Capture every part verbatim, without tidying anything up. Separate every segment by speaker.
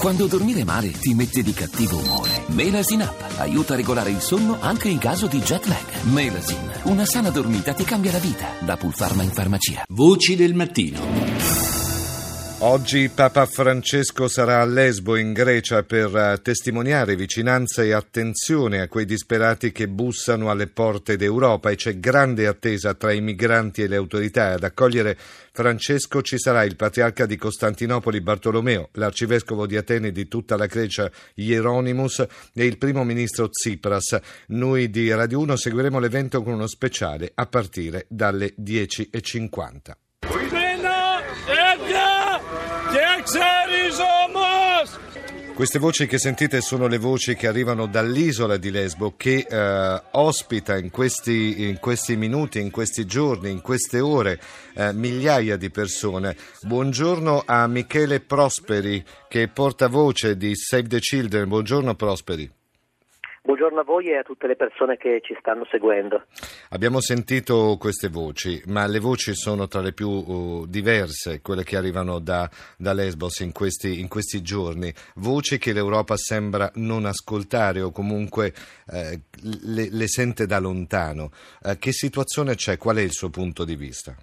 Speaker 1: Quando dormire male ti mette di cattivo umore. Melasin Up aiuta a regolare il sonno anche in caso di jet lag. Melasin, una sana dormita ti cambia la vita. Da Pulpharma in farmacia.
Speaker 2: Voci del mattino.
Speaker 3: Oggi Papa Francesco sarà a Lesbo in Grecia per testimoniare vicinanza e attenzione a quei disperati che bussano alle porte d'Europa e c'è grande attesa tra i migranti e le autorità. Ad accogliere Francesco ci sarà il patriarca di Costantinopoli Bartolomeo, l'arcivescovo di Atene e di tutta la Grecia Hieronymus e il primo ministro Tsipras. Noi di Radio uno seguiremo l'evento con uno speciale a partire dalle dieci e cinquanta. Queste voci che sentite sono le voci che arrivano dall'isola di Lesbo che eh, ospita in questi, in questi minuti, in questi giorni, in queste ore eh, migliaia di persone. Buongiorno a Michele Prosperi che è portavoce di Save the Children. Buongiorno Prosperi.
Speaker 4: Buongiorno a voi e a tutte le persone che ci stanno seguendo.
Speaker 3: Abbiamo sentito queste voci, ma le voci sono tra le più uh, diverse, quelle che arrivano da, da Lesbos in questi, in questi giorni. Voci che l'Europa sembra non ascoltare o comunque eh, le, le sente da lontano. Eh, che situazione c'è? Qual è il suo punto di vista?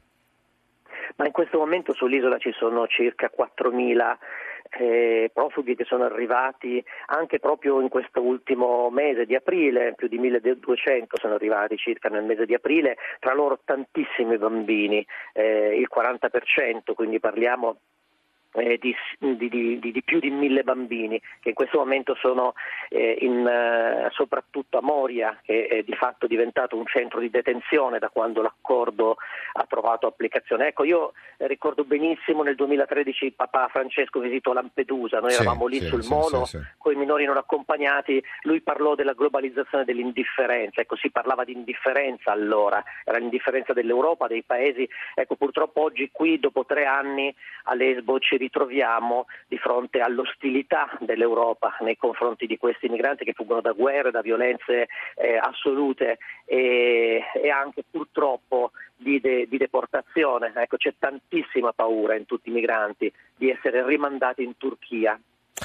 Speaker 4: Ma in questo momento sull'isola ci sono circa quattromila Eh, profughi che sono arrivati anche proprio in questo ultimo mese di aprile, più di milleduecento sono arrivati circa nel mese di aprile, tra loro tantissimi bambini, eh, il quaranta per cento, quindi parliamo Eh, di, di, di, di più di mille bambini che in questo momento sono eh, in, eh, soprattutto a Moria, che è di fatto diventato un centro di detenzione da quando l'accordo ha trovato applicazione. Ecco, io eh, ricordo benissimo nel duemilatredici Papa Francesco visitò Lampedusa, noi sì, eravamo lì sì, sul sì, molo sì, sì. con i minori non accompagnati, lui parlò della globalizzazione dell'indifferenza, ecco, si parlava di indifferenza allora, era l'indifferenza dell'Europa, dei paesi, ecco, purtroppo oggi qui dopo tre anni a Lesbo ci ritroviamo di fronte all'ostilità dell'Europa nei confronti di questi migranti che fuggono da guerre, da violenze eh, assolute e, e anche purtroppo di, de, di deportazione. Ecco, c'è tantissima paura in tutti i migranti di essere rimandati in Turchia.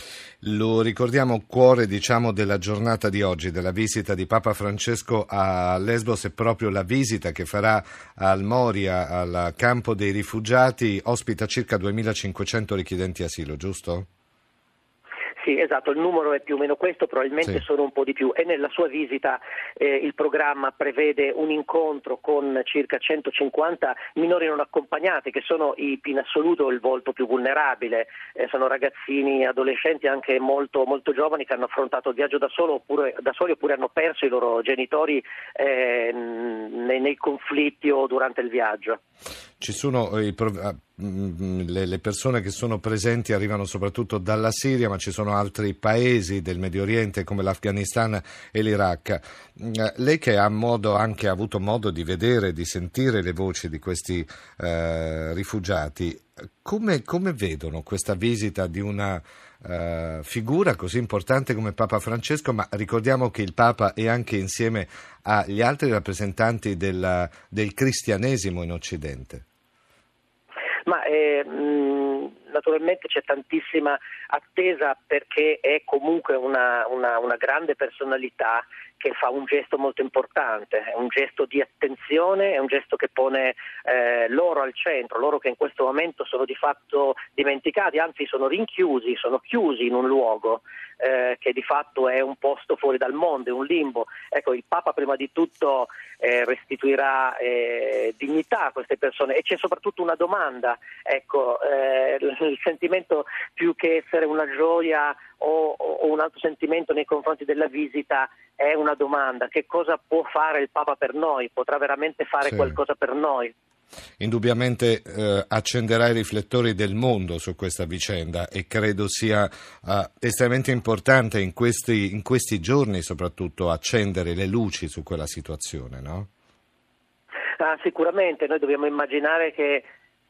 Speaker 3: Lo ricordiamo, cuore diciamo della giornata di oggi, della visita di Papa Francesco a Lesbos, è proprio la visita che farà al Moria, al campo dei rifugiati, ospita circa duemilacinquecento richiedenti asilo, giusto?
Speaker 4: Sì, esatto, il numero è più o meno questo, probabilmente sì. sono un po' di più, e nella sua visita eh, il programma prevede un incontro con circa centocinquanta minori non accompagnati, che sono i, in assoluto il volto più vulnerabile, eh, sono ragazzini, adolescenti anche molto, molto giovani che hanno affrontato il viaggio da, solo, oppure, da soli oppure hanno perso i loro genitori eh, nei, nei conflitti o durante il viaggio.
Speaker 3: Ci sono i pro- le, le persone che sono presenti arrivano soprattutto dalla Siria, ma ci sono altri paesi del Medio Oriente come l'Afghanistan e l'Iraq. Lei che ha modo, anche ha avuto modo di vedere, di sentire le voci di questi eh, rifugiati, come, come vedono questa visita di una Uh, figura così importante come Papa Francesco, ma ricordiamo che il Papa è anche insieme agli altri rappresentanti del, del cristianesimo in Occidente.
Speaker 4: Ma eh, mh, naturalmente c'è tantissima attesa perché è comunque una, una, una grande personalità che fa un gesto molto importante, è un gesto di attenzione, è un gesto che pone eh, loro al centro, loro che in questo momento sono di fatto dimenticati, anzi sono rinchiusi, sono chiusi in un luogo eh, che di fatto è un posto fuori dal mondo, è un limbo. Ecco, il Papa prima di tutto eh, restituirà eh, dignità a queste persone e c'è soprattutto una domanda, ecco, eh, il sentimento più che essere una gioia o, o un altro sentimento nei confronti della visita è una domanda: che cosa può fare il Papa per noi? Potrà veramente fare sì. qualcosa per noi?
Speaker 3: Indubbiamente eh, accenderà i riflettori del mondo su questa vicenda e credo sia eh, estremamente importante in questi, in questi giorni soprattutto accendere le luci su quella situazione, no?
Speaker 4: Ah, sicuramente, noi dobbiamo immaginare che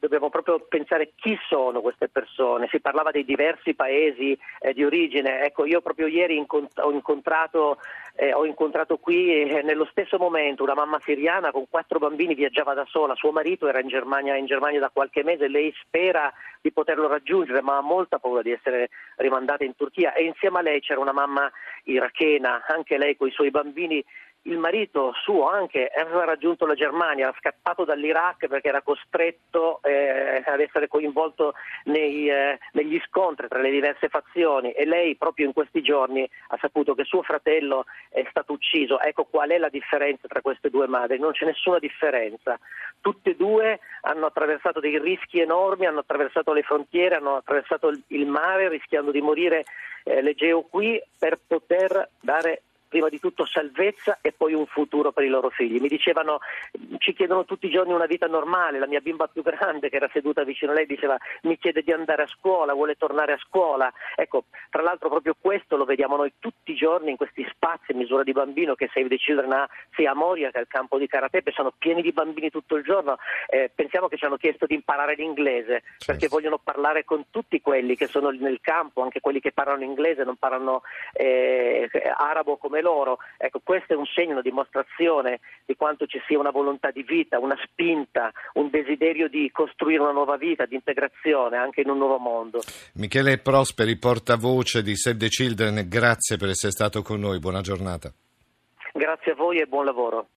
Speaker 4: dobbiamo proprio pensare chi sono queste persone. Si parlava dei diversi paesi eh, di origine. Ecco, io proprio ieri incont- ho incontrato eh, ho incontrato qui eh, nello stesso momento una mamma siriana con quattro bambini, viaggiava da sola, suo marito era in Germania, in Germania da qualche mese, lei spera di poterlo raggiungere ma ha molta paura di essere rimandata in Turchia, e insieme a lei c'era una mamma irachena, anche lei con i suoi bambini. Il marito suo anche aveva raggiunto la Germania, era scappato dall'Iraq perché era costretto eh, ad essere coinvolto nei, eh, negli scontri tra le diverse fazioni, e lei proprio in questi giorni ha saputo che suo fratello è stato ucciso. Ecco qual è la differenza tra queste due madri, non c'è nessuna differenza. Tutte e due hanno attraversato dei rischi enormi, hanno attraversato le frontiere, hanno attraversato il, il mare rischiando di morire eh, l'Egeo qui per poter dare prima di tutto salvezza e poi un futuro per i loro figli. Mi dicevano, ci chiedono tutti i giorni una vita normale. La mia bimba più grande, che era seduta vicino a lei, diceva mi chiede di andare a scuola, vuole tornare a scuola. Ecco, tra l'altro proprio questo lo vediamo noi tutti i giorni in questi spazi a misura di bambino che Save the Children ha sia a Moria che al campo di Karatepe, sono pieni di bambini tutto il giorno. Eh, pensiamo che ci hanno chiesto di imparare l'inglese, certo, perché vogliono parlare con tutti quelli che sono nel campo, anche quelli che parlano inglese, non parlano eh, arabo come loro. Ecco, questo è un segno, una dimostrazione di quanto ci sia una volontà di vita, una spinta, un desiderio di costruire una nuova vita, di integrazione anche in un nuovo mondo.
Speaker 3: Michele Prosperi, portavoce di Save the Children, grazie per essere stato con noi, buona giornata.
Speaker 4: Grazie a voi e buon lavoro.